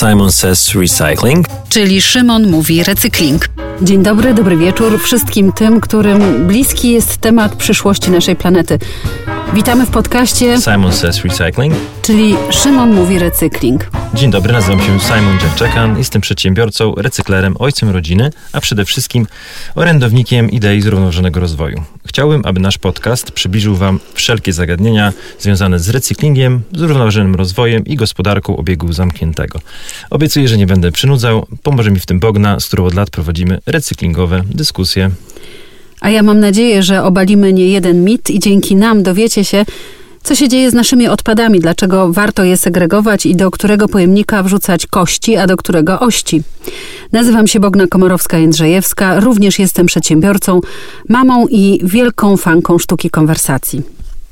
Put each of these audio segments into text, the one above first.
Simon Says Recycling, czyli Szymon mówi recykling. Dzień dobry, dobry wieczór wszystkim tym, którym bliski jest temat przyszłości naszej planety. Witamy w podcaście Simon Says Recycling, czyli Szymon mówi recykling. Dzień dobry, nazywam się Simon Dziewczekan, jestem przedsiębiorcą, recyklerem, ojcem rodziny, a przede wszystkim orędownikiem idei zrównoważonego rozwoju. Chciałbym, aby nasz podcast przybliżył Wam wszelkie zagadnienia związane z recyklingiem, zrównoważonym rozwojem i gospodarką obiegu zamkniętego. Obiecuję, że nie będę przynudzał, pomoże mi w tym Bogna, z którą od lat prowadzimy recyklingowe dyskusje. A ja mam nadzieję, że obalimy nie jeden mit i dzięki nam dowiecie się, co się dzieje z naszymi odpadami, dlaczego warto je segregować i do którego pojemnika wrzucać kości, a do którego ości. Nazywam się Bogna Komorowska-Jędrzejewska, również jestem przedsiębiorcą, mamą i wielką fanką sztuki konwersacji.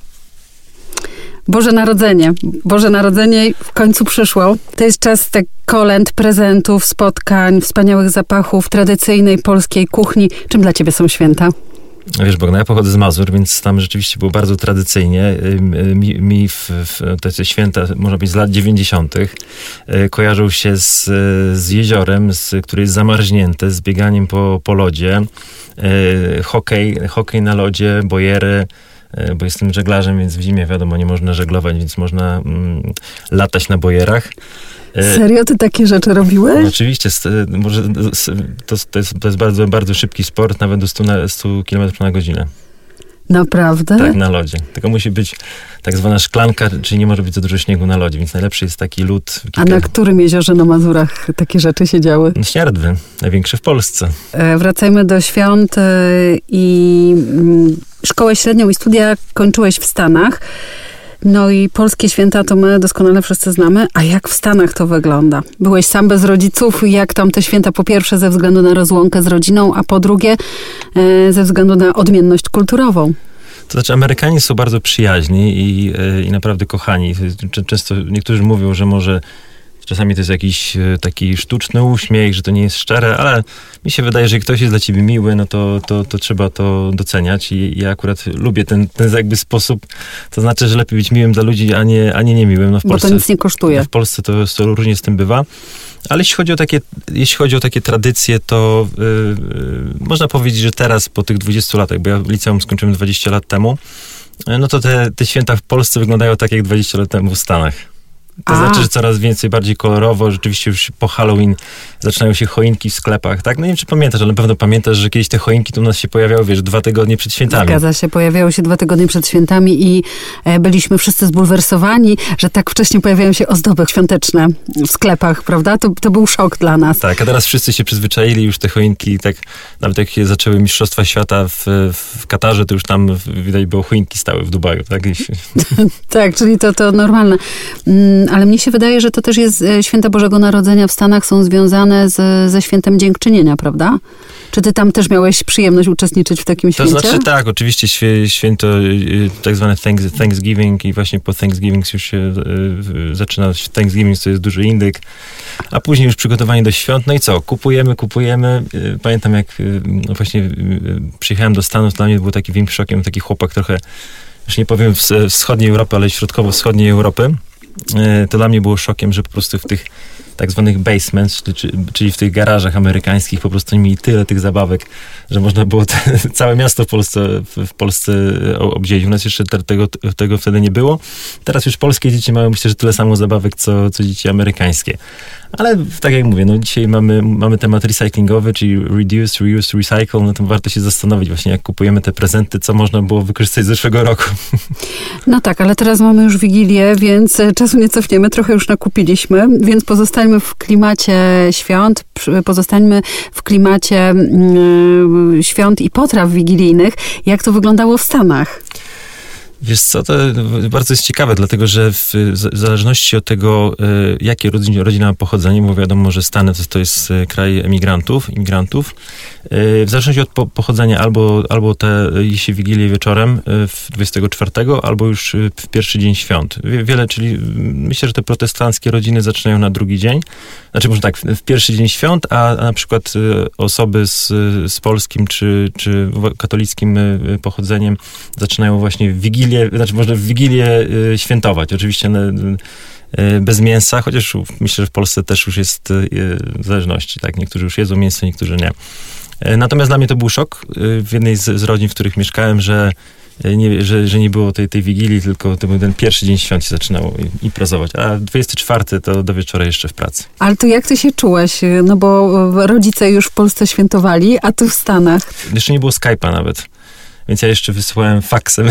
Boże Narodzenie w końcu przyszło. To jest czas kolęd, prezentów, spotkań, wspaniałych zapachów, tradycyjnej polskiej kuchni. Czym dla ciebie są święta? Wiesz, Bogna, ja pochodzę z Mazur, więc tam rzeczywiście było bardzo tradycyjnie. Mi te święta, można powiedzieć, z lat 90. kojarzą się z jeziorem, które jest zamarznięte, z bieganiem po lodzie, hokej na lodzie, bojery, bo jestem żeglarzem, więc w zimie wiadomo, nie można żeglować, więc można latać na bojerach. Serio? Ty takie rzeczy robiłeś? Oczywiście. To jest bardzo, bardzo szybki sport, nawet do 100 km na godzinę. Naprawdę? Tak, na lodzie. Tylko musi być tak zwana szklanka, czyli nie może być za dużo śniegu na lodzie, więc najlepszy jest taki lód. A na którym jeziorze na Mazurach takie rzeczy się działy? Śniardwy, największy w Polsce. Wracajmy do świąt i szkołę średnią i studia kończyłeś w Stanach. No i polskie święta to my doskonale wszyscy znamy. A jak w Stanach to wygląda? Byłeś sam bez rodziców. Jak tam te święta po pierwsze ze względu na rozłąkę z rodziną, a po drugie ze względu na odmienność kulturową? To znaczy Amerykanie są bardzo przyjaźni i naprawdę kochani. Często niektórzy mówią, że może czasami to jest jakiś taki sztuczny uśmiech, że to nie jest szczere, ale mi się wydaje, że jak ktoś jest dla ciebie miły, no to trzeba to doceniać i ja akurat lubię ten jakby sposób. To znaczy, że lepiej być miłym dla ludzi, a nie niemiłym. No w Polsce, bo to nic nie kosztuje. W Polsce to różnie z tym bywa. Ale jeśli chodzi o takie tradycje, to można powiedzieć, że teraz po tych 20 latach, bo ja liceum skończyłem 20 lat temu, no to te święta w Polsce wyglądają tak jak 20 lat temu w Stanach. To znaczy, że coraz więcej, bardziej kolorowo, rzeczywiście już po Halloween zaczynają się choinki w sklepach, tak? No nie wiem, czy pamiętasz, ale na pewno pamiętasz, że kiedyś te choinki tu u nas się pojawiały, 2 tygodnie przed świętami. Zgadza się, pojawiały się 2 tygodnie przed świętami i byliśmy wszyscy zbulwersowani, że tak wcześnie pojawiają się ozdoby świąteczne w sklepach, prawda? To był szok dla nas. Tak, a teraz wszyscy się przyzwyczaili, już te choinki, tak, nawet jak się zaczęły Mistrzostwa Świata w Katarze, to już tam widać było choinki stały w Dubaju, tak? Tak, czyli to normalne. Ale mnie się wydaje, że to też jest święta Bożego Narodzenia w Stanach są związane ze świętem Dziękczynienia, prawda? Czy ty tam też miałeś przyjemność uczestniczyć w takim święcie? To znaczy tak, oczywiście święto tak zwane Thanksgiving i właśnie po Thanksgiving już się zaczyna Thanksgiving, to jest duży indyk, a później już przygotowanie do świąt. No i co? Kupujemy. Pamiętam jak właśnie przyjechałem do Stanów, dla mnie był taki większym szokiem, taki chłopak trochę, już nie powiem z wschodniej Europy, ale środkowo-wschodniej Europy. To dla mnie było szokiem, że po prostu w tych tak zwanych basements, czyli w tych garażach amerykańskich po prostu mieli tyle tych zabawek, że można było całe miasto w Polsce obdzielić. U nas jeszcze tego wtedy nie było. Teraz już polskie dzieci mają, myślę, że tyle samo zabawek, co dzieci amerykańskie. Ale tak jak mówię, no dzisiaj mamy temat recyklingowy, czyli reduce, reuse, recycle, no to warto się zastanowić właśnie, jak kupujemy te prezenty, co można było wykorzystać z zeszłego roku. No tak, ale teraz mamy już Wigilię, więc czasu nie cofniemy, trochę już nakupiliśmy, więc pozostańmy w klimacie świąt, pozostańmy w klimacie świąt i potraw wigilijnych. Jak to wyglądało w Stanach? Wiesz co, to bardzo jest ciekawe, dlatego że w zależności od tego, jakie rodzina ma pochodzenie, bo wiadomo, że Stany to jest kraj imigrantów, w zależności od pochodzenia albo jeśli Wigilię wieczorem 24, albo już w pierwszy dzień świąt. Czyli myślę, że te protestanckie rodziny zaczynają na drugi dzień, znaczy może tak, w pierwszy dzień świąt, a na przykład osoby z polskim czy katolickim pochodzeniem zaczynają właśnie w Wigilię świętować. Oczywiście bez mięsa, chociaż myślę, że w Polsce też już jest zależności, tak? Niektórzy już jedzą mięso, niektórzy nie. Natomiast dla mnie to był szok w jednej z rodzin, w których mieszkałem, że nie było tej Wigilii, tylko to był ten pierwszy dzień świąt się zaczynało imprezować, a 24 to do wieczora jeszcze w pracy. Ale to jak ty się czułeś? No bo rodzice już w Polsce świętowali, a tu w Stanach. Jeszcze nie było Skype'a nawet, więc ja jeszcze wysyłałem faksem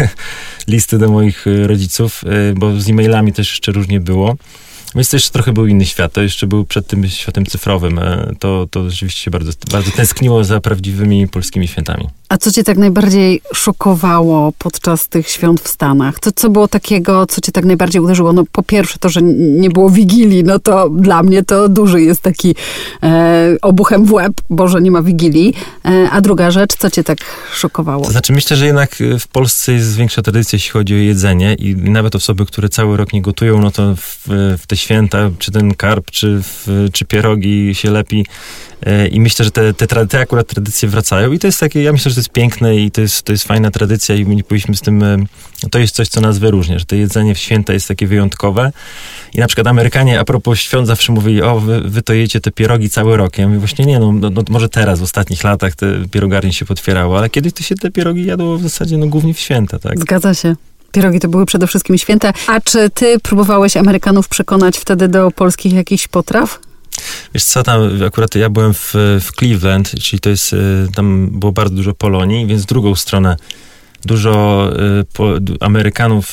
listy do moich rodziców, bo z e-mailami też jeszcze różnie było. Więc to jeszcze trochę był inny świat, to jeszcze był przed tym światem cyfrowym. To rzeczywiście się bardzo, bardzo tęskniło za prawdziwymi polskimi świętami. A co cię tak najbardziej szokowało podczas tych świąt w Stanach? Co było takiego, co cię tak najbardziej uderzyło? No po pierwsze to, że nie było Wigilii, no to dla mnie to duży jest taki obuchem w łeb, bo że nie ma Wigilii. A druga rzecz, co cię tak szokowało? To znaczy myślę, że jednak w Polsce jest większa tradycja, jeśli chodzi o jedzenie i nawet osoby, które cały rok nie gotują, no to w te święta, czy ten karp, czy pierogi się lepi. I myślę, że te akurat tradycje wracają i to jest takie, ja myślę, że to jest piękne i to jest fajna tradycja i my nie powinniśmy z tym, to jest coś, co nas wyróżnia, że to jedzenie w święta jest takie wyjątkowe i na przykład Amerykanie a propos świąt zawsze mówili, wy to jecie te pierogi cały rok. Ja mówię właśnie nie, no może teraz, w ostatnich latach te pierogarnie się potwierały, ale kiedyś to się te pierogi jadło w zasadzie głównie w święta, tak? Zgadza się. Pierogi to były przede wszystkim święta. A czy ty próbowałeś Amerykanów przekonać wtedy do polskich jakichś potraw? Wiesz co, tam akurat ja byłem w Cleveland, czyli to jest, tam było bardzo dużo Polonii, więc drugą stronę dużo Amerykanów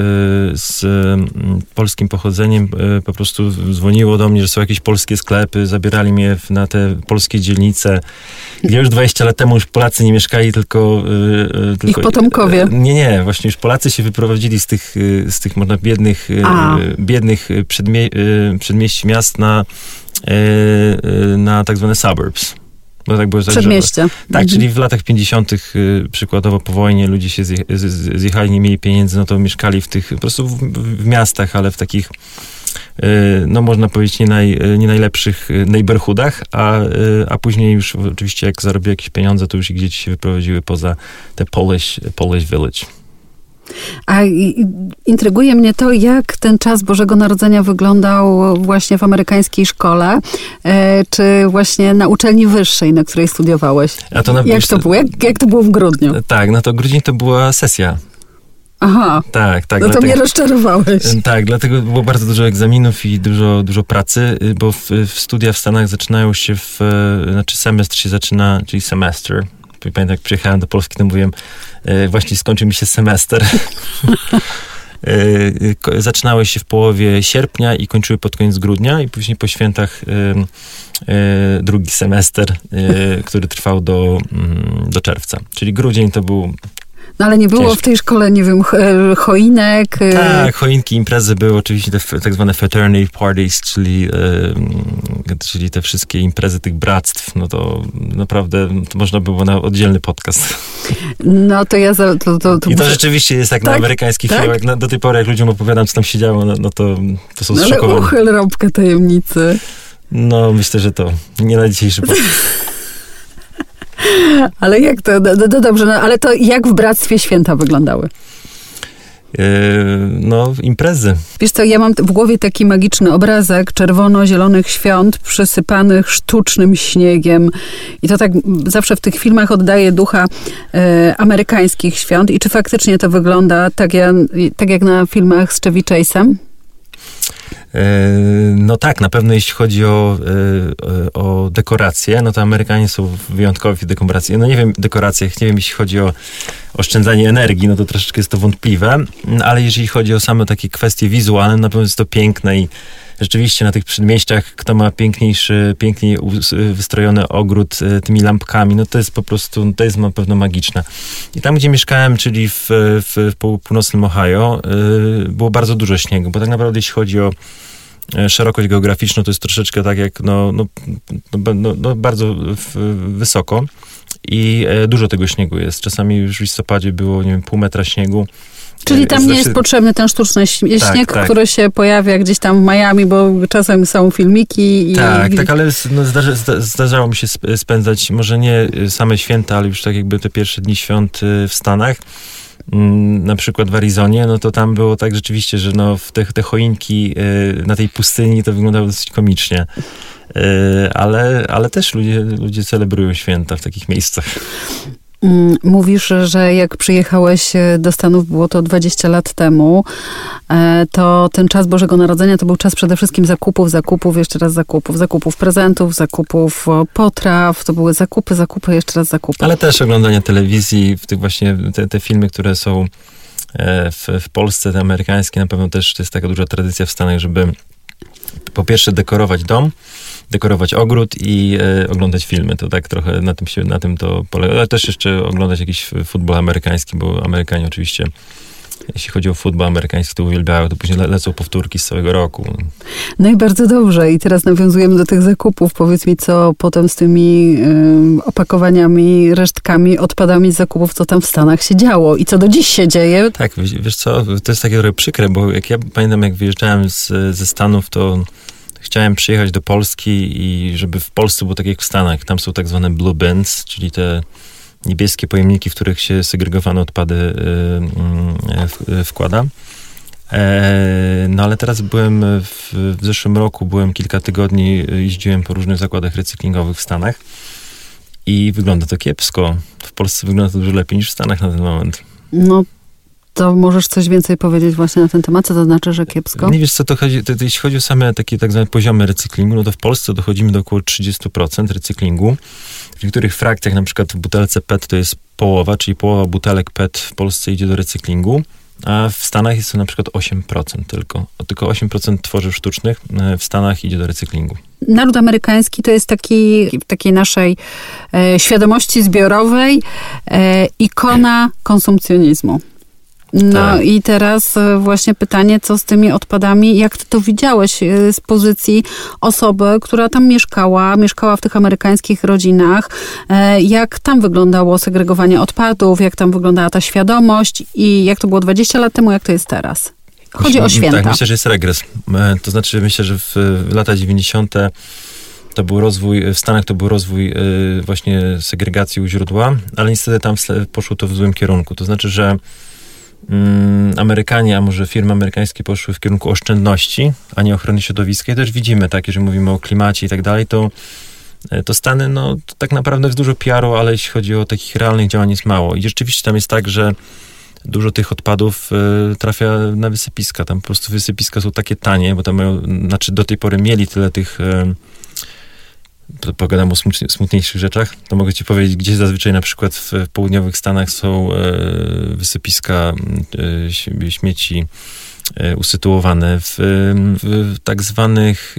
z polskim pochodzeniem po prostu dzwoniło do mnie, że są jakieś polskie sklepy, zabierali mnie na te polskie dzielnice, gdzie już 20 lat temu już Polacy nie mieszkali, tylko ich potomkowie. Nie, właśnie już Polacy się wyprowadzili z tych można biednych przedmieści miast na tak zwane suburbs. No tak było, przedmieście. Tak, czyli w latach 50. Przykładowo po wojnie ludzie się zjechali, nie mieli pieniędzy, no to mieszkali w tych, po prostu w miastach, ale w takich, no można powiedzieć, nie najlepszych neighborhoodach, a później już oczywiście jak zarobiły jakieś pieniądze, to już ich dzieci się wyprowadziły poza te Polish Village. A intryguje mnie to, jak ten czas Bożego Narodzenia wyglądał właśnie w amerykańskiej szkole, czy właśnie na uczelni wyższej, na której studiowałeś. Jak to było? Jak to było w grudniu? Tak, no to grudzień to była sesja. Aha, tak. No to mnie rozczarowałeś. Tak, dlatego było bardzo dużo egzaminów i dużo pracy, bo w studia w Stanach zaczynają się semestr się zaczyna, czyli semester. Pamiętam, jak przyjechałem do Polski, to mówiłem, właśnie skończył mi się semester. Zaczynały się w połowie sierpnia i kończyły pod koniec grudnia i później po świętach drugi semester, który trwał do czerwca. Czyli grudzień to był... No ale nie było w tej szkole, nie wiem, choinek? Tak, choinki, imprezy były, oczywiście te tak zwane fraternity parties, czyli te wszystkie imprezy tych bractw, no to naprawdę to można było na oddzielny podcast. No to ja... I to rzeczywiście jest tak na amerykańskich filmach. Do tej pory, jak ludziom opowiadam, co tam się działo, no to są zszokowani. Ale uchyl rąbkę tajemnicy. No, myślę, że to nie na dzisiejszy podcast. Ale jak to? No dobrze, no, ale to jak w bractwie święta wyglądały? Imprezy. Wiesz co, ja mam w głowie taki magiczny obrazek czerwono-zielonych świąt przysypanych sztucznym śniegiem. I to tak zawsze w tych filmach oddaje ducha amerykańskich świąt. I czy faktycznie to wygląda tak jak na filmach z Chevy Chase'em? No tak, na pewno jeśli chodzi o dekoracje, no to Amerykanie są wyjątkowi w dekoracjach. No nie wiem, dekoracjach, nie wiem, jeśli chodzi o oszczędzanie energii, no to troszeczkę jest to wątpliwe, ale jeżeli chodzi o same takie kwestie wizualne, na pewno jest to piękne i rzeczywiście na tych przedmieściach, kto ma piękniej wystrojony ogród tymi lampkami, no to jest po prostu, to jest na pewno magiczne. I tam, gdzie mieszkałem, czyli w północnym Ohio, było bardzo dużo śniegu, bo tak naprawdę jeśli chodzi o szerokość geograficzną, to jest troszeczkę tak jak, bardzo wysoko i dużo tego śniegu jest. Czasami już w listopadzie było, nie wiem, pół metra śniegu. Czyli tam nie jest potrzebny ten sztuczny śnieg, który się pojawia gdzieś tam w Miami, bo czasem są filmiki. Tak, ale zdarzało mi się spędzać, może nie same święta, ale już tak jakby te pierwsze dni świąt w Stanach. na przykład w Arizonie, no to tam było tak rzeczywiście, że no te choinki na tej pustyni to wyglądało dosyć komicznie. Ale też ludzie celebrują święta w takich miejscach. Mówisz, że jak przyjechałeś do Stanów, było to 20 lat temu, to ten czas Bożego Narodzenia to był czas przede wszystkim zakupów, jeszcze raz zakupów prezentów, zakupów potraw, to były zakupy, jeszcze raz zakupy. Ale też oglądania telewizji, w tych właśnie te filmy, które są w Polsce, te amerykańskie, na pewno też to jest taka duża tradycja w Stanach, żeby po pierwsze dekorować dom, dekorować ogród i oglądać filmy. To tak trochę na tym to polega. Ale też jeszcze oglądać jakiś futbol amerykański, bo Amerykanie oczywiście, jeśli chodzi o futbol amerykański, to uwielbiają, to później lecą powtórki z całego roku. No i bardzo dobrze. I teraz nawiązujemy do tych zakupów. Powiedz mi, co potem z tymi opakowaniami, resztkami, odpadami z zakupów, co tam w Stanach się działo i co do dziś się dzieje? Tak, wiesz co, to jest takie trochę przykre, bo jak ja pamiętam, jak wyjeżdżałem ze Stanów, to chciałem przyjechać do Polski i żeby w Polsce było tak jak w Stanach. Tam są tak zwane blue bins, czyli te niebieskie pojemniki, w których się segregowane odpady wkłada. No ale teraz w zeszłym roku byłem kilka tygodni, jeździłem po różnych zakładach recyklingowych w Stanach i wygląda to kiepsko. W Polsce wygląda to dużo lepiej niż w Stanach na ten moment. No, to możesz coś więcej powiedzieć właśnie na ten temat? Co to znaczy, że kiepsko? Nie wiesz, co to chodzi, jeśli chodzi o same takie tak zwane poziomy recyklingu, no to w Polsce dochodzimy do około 30% recyklingu. W niektórych frakcjach, na przykład w butelce PET to jest połowa, czyli połowa butelek PET w Polsce idzie do recyklingu, a w Stanach jest to na przykład 8% tylko. Tylko 8% tworzyw sztucznych w Stanach idzie do recyklingu. Naród amerykański to jest w takiej naszej świadomości zbiorowej ikona konsumpcjonizmu. No tak. I teraz właśnie pytanie, co z tymi odpadami, jak ty to widziałeś z pozycji osoby, która tam mieszkała w tych amerykańskich rodzinach, jak tam wyglądało segregowanie odpadów, jak tam wyglądała ta świadomość i jak to było 20 lat temu, jak to jest teraz? Chodzi o święta. Tak, myślę, że jest regres. To znaczy, myślę, że w lata 90. to był rozwój, w Stanach to był rozwój właśnie segregacji u źródła, ale niestety tam poszło to w złym kierunku. To znaczy, że Amerykanie, a może firmy amerykańskie poszły w kierunku oszczędności, a nie ochrony środowiska. I też widzimy, tak, jeżeli mówimy o klimacie i tak dalej, to Stany, no to tak naprawdę jest dużo PR-u, ale jeśli chodzi o takich realnych działań jest mało. I rzeczywiście tam jest tak, że dużo tych odpadów trafia na wysypiska. Tam po prostu wysypiska są takie tanie, bo tam mają, znaczy do tej pory mieli tyle tych to pogadam o smutniejszych rzeczach, to mogę ci powiedzieć, gdzie zazwyczaj na przykład w południowych Stanach są wysypiska śmieci usytuowane w tak zwanych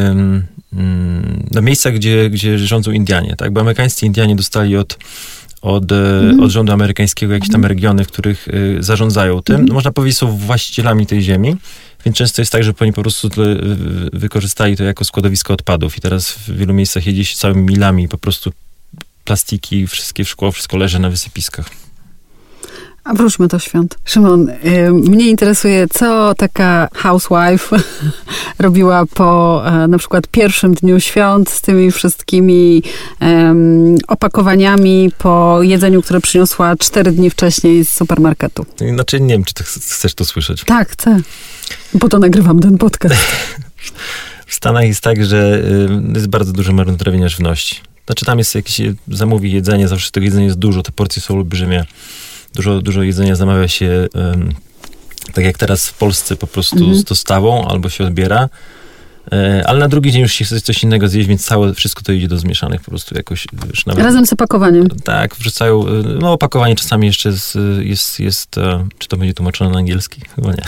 miejscach, gdzie rządzą Indianie, tak? Bo amerykańscy Indianie dostali od rządu amerykańskiego jakieś tam regiony, w których zarządzają tym. No, można powiedzieć, są właścicielami tej ziemi, więc często jest tak, że oni po prostu wykorzystali to jako składowisko odpadów i teraz w wielu miejscach jedzie się całymi milami i po prostu plastiki, wszystkie szkło, wszystko leży na wysypiskach. A wróćmy do świąt. Szymon, mnie interesuje, co taka housewife robiła po na przykład pierwszym dniu świąt z tymi wszystkimi opakowaniami po jedzeniu, które przyniosła 4 dni wcześniej z supermarketu. Znaczy nie wiem, czy ty chcesz to słyszeć. Tak, chcę. Po to nagrywam ten podcast. W Stanach jest tak, że jest bardzo dużo marnotrawienia żywności. Znaczy tam jest jakieś, zamówi jedzenie, zawsze tego jedzenia jest dużo, te porcje są olbrzymie. Dużo jedzenia zamawia się, tak jak teraz w Polsce, po prostu z dostawą albo się odbiera, ale na drugi dzień już się chce coś innego zjeść, więc wszystko to idzie do zmieszanych po prostu jakoś. Wiesz, nawet, razem z opakowaniem. Tak, wrzucają, no opakowanie czasami jeszcze jest czy to będzie tłumaczone na angielski? Chyba nie.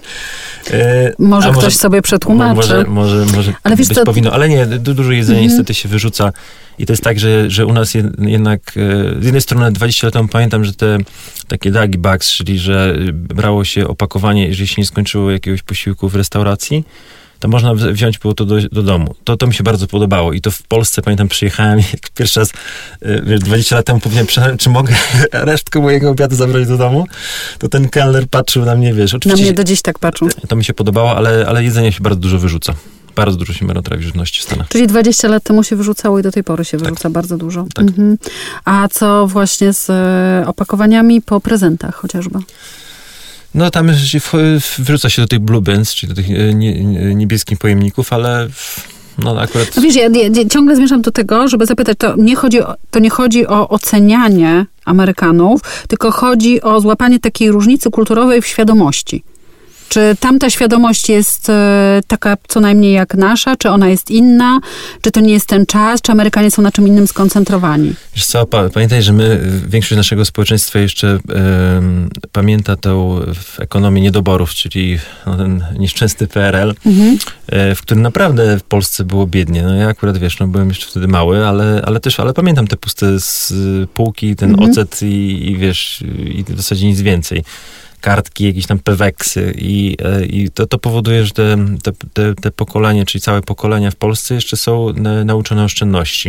Może ktoś sobie przetłumaczy. Może ale wiesz, być powinno, ale nie, dużo jedzenia niestety się wyrzuca i to jest tak, że u nas jednak z jednej strony 20 lat temu pamiętam, że te takie doggy bags, czyli że brało się opakowanie, jeżeli się nie skończyło jakiegoś posiłku w restauracji, to można wziąć było to do domu. To mi się bardzo podobało i to w Polsce, pamiętam, przyjechałem jak pierwszy raz, 20 lat temu powiedziałem, czy mogę resztkę mojego obiadu zabrać do domu, to ten kelner patrzył na mnie, wiesz. Oczywiście, na mnie do dziś tak patrzą. To mi się podobało, ale jedzenie się bardzo dużo wyrzuca. Bardzo dużo się marnotrawi żywności w Stanach. Czyli 20 lat temu się wyrzucało i do tej pory się wyrzuca bardzo dużo. Tak. A co właśnie z opakowaniami po prezentach chociażby? No tam wyrzuca się do tych blue bins, czyli do tych niebieskich pojemników, ale no akurat... No wiesz, ja ciągle zmierzam do tego, żeby zapytać, to nie chodzi o ocenianie Amerykanów, tylko chodzi o złapanie takiej różnicy kulturowej w świadomości. Czy tamta świadomość jest taka co najmniej jak nasza? Czy ona jest inna? Czy to nie jest ten czas? Czy Amerykanie są na czym innym skoncentrowani? Wiesz co, pamiętaj, że większość naszego społeczeństwa jeszcze pamięta tą ekonomię niedoborów, czyli ten nieszczęsny PRL, w którym naprawdę w Polsce było biednie. No ja akurat, wiesz, byłem jeszcze wtedy mały, ale pamiętam te puste półki, ten ocet i wiesz, i w zasadzie nic więcej. Kartki, jakieś tam peweksy i to powoduje, że te pokolenie, czyli całe pokolenia w Polsce jeszcze są nauczone oszczędności.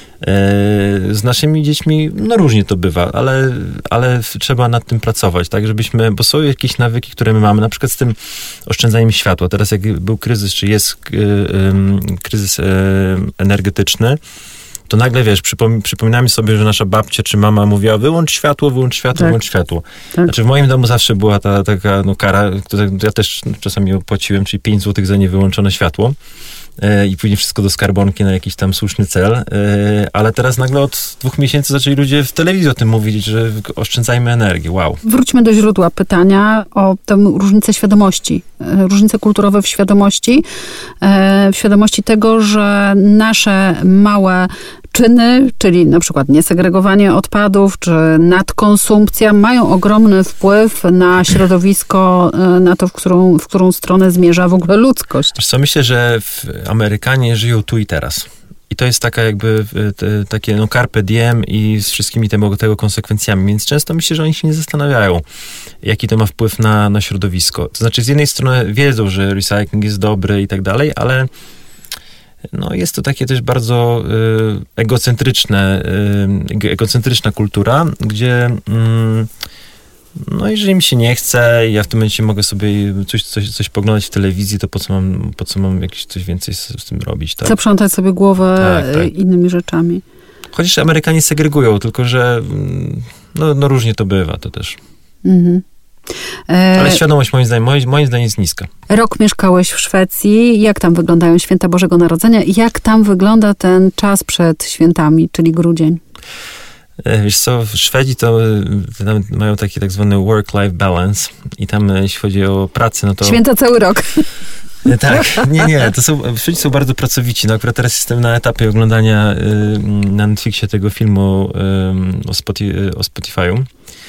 Z naszymi dziećmi, no różnie to bywa, ale trzeba nad tym pracować, tak, żebyśmy, bo są jakieś nawyki, które my mamy, na przykład z tym oszczędzaniem światła. Teraz jak był kryzys, czy jest kryzys energetyczny, to nagle, wiesz, przypominamy sobie, że nasza babcia czy mama mówiła, wyłącz światło, tak. Wyłącz światło. Tak. Znaczy w moim domu zawsze była ta taka kara, którą ja też czasami opłaciłem, czyli 5 zł za niewyłączone światło. I później wszystko do skarbonki na jakiś tam słuszny cel. Ale teraz nagle od 2 miesięcy zaczęli ludzie w telewizji o tym mówić, że oszczędzajmy energię. Wow. Wróćmy do źródła pytania o tę różnicę świadomości. Różnice kulturowe w świadomości tego, że nasze małe czyny, czyli na przykład niesegregowanie odpadów, czy nadkonsumpcja, mają ogromny wpływ na środowisko, na to, w którą stronę zmierza w ogóle ludzkość. Wiesz co, myślę, że Amerykanie żyją tu i teraz. I to jest taka jakby takie carpe diem i z wszystkimi tego konsekwencjami. Więc często myślę, że oni się nie zastanawiają, jaki to ma wpływ na środowisko. To znaczy z jednej strony wiedzą, że recycling jest dobry i tak dalej, ale no jest to takie też bardzo egocentryczna kultura, gdzie no jeżeli mi się nie chce i ja w tym momencie mogę sobie coś poglądać w telewizji, to po co mam jakieś coś więcej z tym robić, tak? Zaprzątać sobie głowę innymi rzeczami. Chociaż Amerykanie segregują, tylko że no różnie to bywa, to też. Ale świadomość moim zdaniem jest niska. Rok mieszkałeś w Szwecji. Jak tam wyglądają święta Bożego Narodzenia? Jak tam wygląda ten czas przed świętami, czyli grudzień? Wiesz co, w Szwedzi to mają taki tak zwany work-life balance i tam jeśli chodzi o pracę, no to... Święta cały rok. Tak, nie, w Szwedzi są bardzo pracowici. No akurat teraz jestem na etapie oglądania na Netflixie tego filmu o Spotify'u.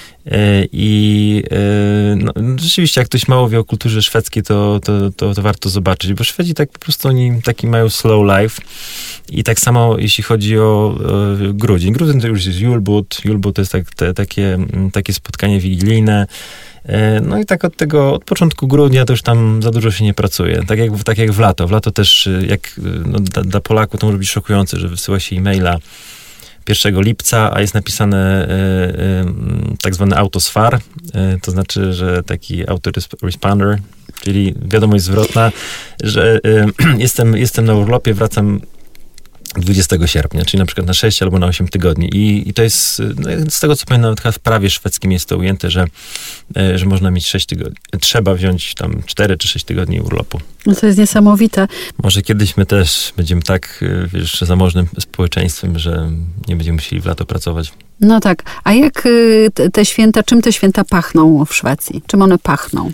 I no, rzeczywiście, jak ktoś mało wie o kulturze szwedzkiej, to warto zobaczyć, bo Szwedzi tak po prostu oni taki mają slow life i tak samo jeśli chodzi o grudzień. Grudzień to już jest Julbud to jest takie spotkanie wigilijne. No i tak od początku grudnia to już tam za dużo się nie pracuje. Tak jak w lato. W lato też, dla Polaków to może być szokujące, że wysyła się e-maila 1 lipca, a jest napisane tak zwany autosvar, to znaczy, że taki autoresponder, czyli wiadomość zwrotna, że jestem na urlopie, wracam 20 sierpnia, czyli na przykład na 6 albo na 8 tygodni. I to jest, z tego co pamiętam, w prawie szwedzkim jest to ujęte, że można mieć 6 tygodni. Trzeba wziąć tam 4 czy 6 tygodni urlopu. No to jest niesamowite. Może kiedyś my też będziemy tak, wiesz, zamożnym społeczeństwem, że nie będziemy musieli w lato pracować. No tak. A jak czym te święta pachną w Szwecji? Czym one pachną?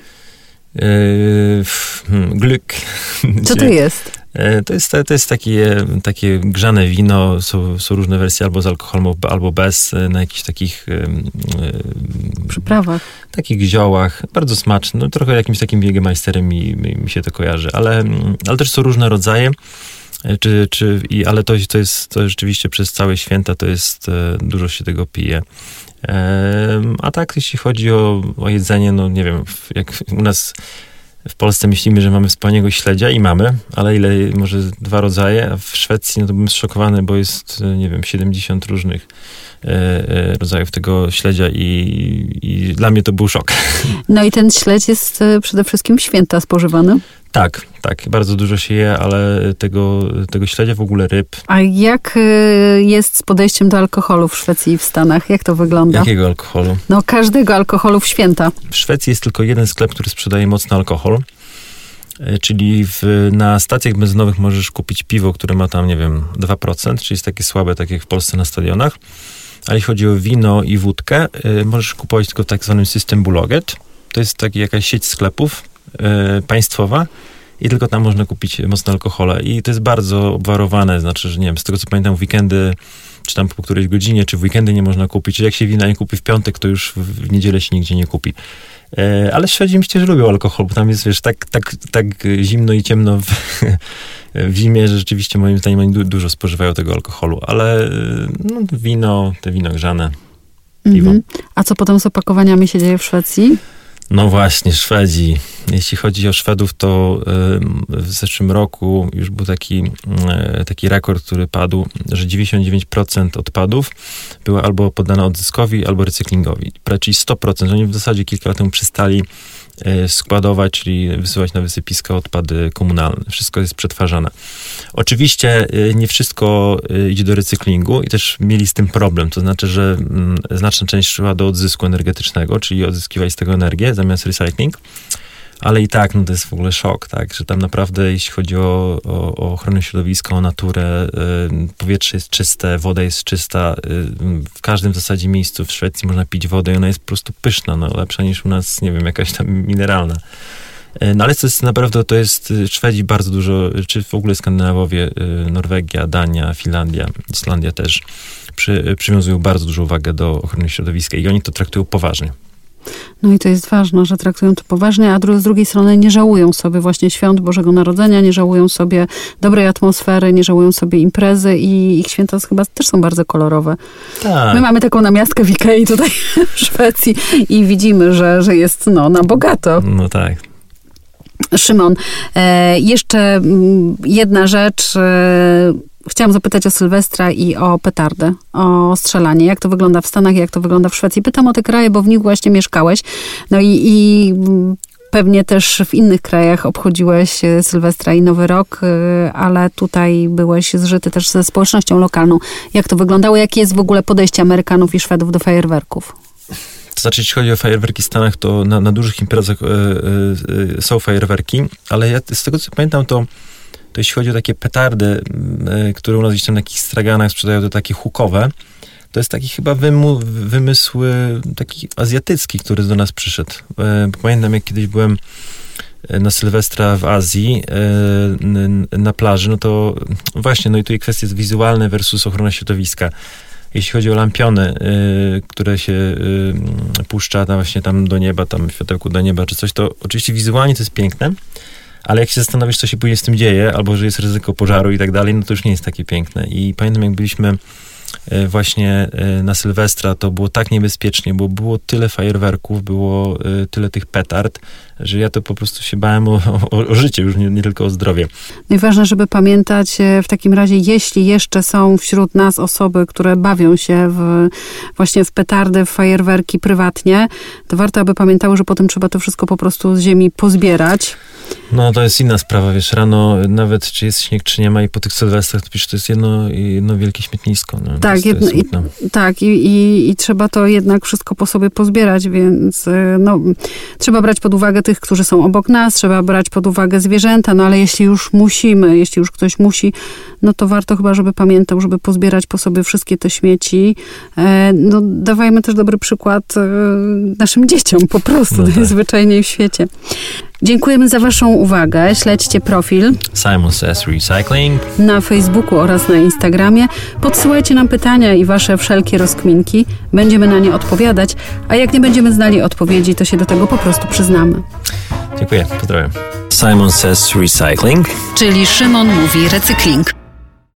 Glück. Co to jest? To jest takie grzane wino, są różne wersje albo z alkoholem, albo bez, na jakichś takich przyprawach. Takich ziołach, bardzo smaczne, no trochę jakimś takim Jägermeisterem mi się to kojarzy, ale też są różne rodzaje, ale to rzeczywiście przez całe święta to jest, dużo się tego pije. A tak, jeśli chodzi o jedzenie, no nie wiem, jak u nas w Polsce myślimy, że mamy wspaniałego śledzia i mamy, ale może 2 rodzaje, a w Szwecji, no to bym zszokowany, bo jest, nie wiem, 70 różnych rodzajów tego śledzia i dla mnie to był szok. No i ten śledź jest przede wszystkim w święta spożywany? Tak, bardzo dużo się je, ale tego śledzia, w ogóle ryb. A jak jest z podejściem do alkoholu w Szwecji i w Stanach? Jak to wygląda? Jakiego alkoholu? No każdego alkoholu w święta. W Szwecji jest tylko jeden sklep, który sprzedaje mocny alkohol. Czyli na stacjach benzynowych możesz kupić piwo, które ma tam, 2%, czyli jest takie słabe, tak jak w Polsce na stadionach. Ale jeśli chodzi o wino i wódkę, możesz kupować tylko w tak zwanym Systembolaget. To jest jakaś sieć sklepów państwowa i tylko tam można kupić mocne alkohole. I to jest bardzo obwarowane, znaczy, że z tego co pamiętam, w weekendy, czy tam po którejś godzinie, czy w weekendy nie można kupić. Czyli jak się wina nie kupi w piątek, to już w niedzielę się nigdzie nie kupi. Ale Szwedzi myślę, że lubią alkohol, bo tam jest, tak zimno i ciemno w zimie, że rzeczywiście moim zdaniem oni dużo spożywają tego alkoholu. Ale te wino grzane, piwo. A co potem z opakowaniami się dzieje w Szwecji? No właśnie, Szwedzi. Jeśli chodzi o Szwedów, to w zeszłym roku już był taki rekord, który padł, że 99% odpadów były albo poddane odzyskowi, albo recyklingowi. Czyli 100%. Oni w zasadzie kilka lat temu przestali składować, czyli wysyłać na wysypiska odpady komunalne. Wszystko jest przetwarzane. Oczywiście nie wszystko idzie do recyklingu i też mieli z tym problem. To znaczy, że znaczna część szła do odzysku energetycznego, czyli odzyskiwać z tego energię zamiast recycling. Ale i tak, to jest w ogóle szok, tak, że tam naprawdę, jeśli chodzi o ochronę środowiska, o naturę, powietrze jest czyste, woda jest czysta, w każdym w zasadzie miejscu w Szwecji można pić wodę i ona jest po prostu pyszna, lepsza niż u nas, jakaś tam mineralna. Ale to jest naprawdę, Szwedzi bardzo dużo, czy w ogóle Skandynawowie, Norwegia, Dania, Finlandia, Islandia też przywiązują bardzo dużą uwagę do ochrony środowiska i oni to traktują poważnie. No i to jest ważne, że traktują to poważnie, a z drugiej strony nie żałują sobie właśnie świąt Bożego Narodzenia, nie żałują sobie dobrej atmosfery, nie żałują sobie imprezy i ich święta chyba też są bardzo kolorowe. Tak. My mamy taką namiastkę w Ikei tutaj w Szwecji i widzimy, że jest na bogato. No tak. Szymon, jeszcze jedna rzecz. Chciałam zapytać o Sylwestra i o petardę, o strzelanie. Jak to wygląda w Stanach, jak to wygląda w Szwecji? Pytam o te kraje, bo w nich właśnie mieszkałeś. No i pewnie też w innych krajach obchodziłeś Sylwestra i Nowy Rok, ale tutaj byłeś zżyty też ze społecznością lokalną. Jak to wyglądało? Jakie jest w ogóle podejście Amerykanów i Szwedów do fajerwerków? To znaczy, jeśli chodzi o fajerwerki w Stanach, to na dużych imprezach są fajerwerki, ale ja z tego co pamiętam, to jeśli chodzi o takie petardy, które u nas gdzieś tam na jakichś straganach sprzedają, to takie hukowe, to jest taki chyba wymysł taki azjatycki, który do nas przyszedł. Pamiętam, jak kiedyś byłem na Sylwestra w Azji, na plaży, to właśnie, i tu kwestia jest wizualne versus ochrona środowiska. Jeśli chodzi o lampiony, które się puszcza właśnie tam do nieba, tam światełku do nieba czy coś, to oczywiście wizualnie to jest piękne, ale jak się zastanowisz, co się później z tym dzieje, albo że jest ryzyko pożaru i tak dalej, to już nie jest takie piękne. I pamiętam, jak byliśmy właśnie na Sylwestra, to było tak niebezpiecznie, bo było tyle fajerwerków, było tyle tych petard, że ja to po prostu się bałem o życie, już nie tylko o zdrowie. No i ważne, żeby pamiętać w takim razie, jeśli jeszcze są wśród nas osoby, które bawią się właśnie w petardy, w fajerwerki prywatnie, to warto, aby pamiętały, że potem trzeba to wszystko po prostu z ziemi pozbierać. No to jest inna sprawa, rano nawet czy jest śnieg, czy nie ma i po tych Sylwestrach, to przecież to jest jedno wielkie śmietnisko. No. Tak, i trzeba to jednak wszystko po sobie pozbierać, więc trzeba brać pod uwagę tych, którzy są obok nas, trzeba brać pod uwagę zwierzęta, ale jeśli już musimy, jeśli już ktoś musi, to warto chyba, żeby pamiętał, żeby pozbierać po sobie wszystkie te śmieci. Dawajmy też dobry przykład naszym dzieciom po prostu, najzwyczajniej w świecie. Dziękujemy za waszą uwagę. Śledźcie profil Simon Says Recycling na Facebooku oraz na Instagramie. Podsyłajcie nam pytania i wasze wszelkie rozkminki. Będziemy na nie odpowiadać, a jak nie będziemy znali odpowiedzi, to się do tego po prostu przyznamy. Dziękuję, pozdrawiam. Simon Says Recycling, czyli Szymon mówi recykling.